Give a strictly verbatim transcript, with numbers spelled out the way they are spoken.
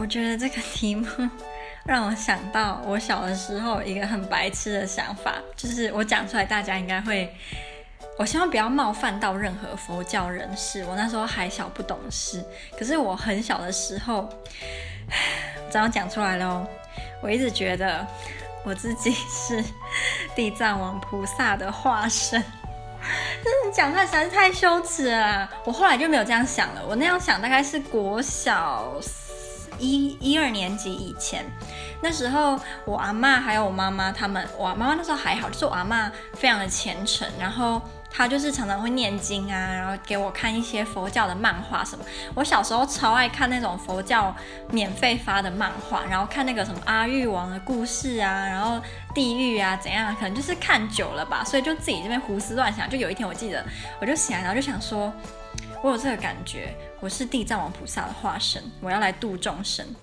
我觉得这个题目让我想到我小的时候一个很白痴的想法，就是我讲出来大家应该会，我希望不要冒犯到任何佛教人士，我那时候还小不懂事，可是我很小的时候这样讲出来咯，我一直觉得我自己是地藏王菩萨的化身，真的讲出来实在是太羞耻了啦。我后来就没有这样想了，我那样想大概是国小一一二年级以前，那时候我阿嬷还有我妈妈他们，我妈妈那时候还好，就是我阿嬷非常的虔诚，然后她就是常常会念经啊，然后给我看一些佛教的漫画什么。我小时候超爱看那种佛教免费发的漫画，然后看那个什么阿育王的故事啊，然后地狱啊怎样，可能就是看久了吧，所以就自己这边胡思乱想。就有一天我记得我就醒来，然后就想说，我有这个感觉，我是地藏王菩萨的化身，我要来度众生。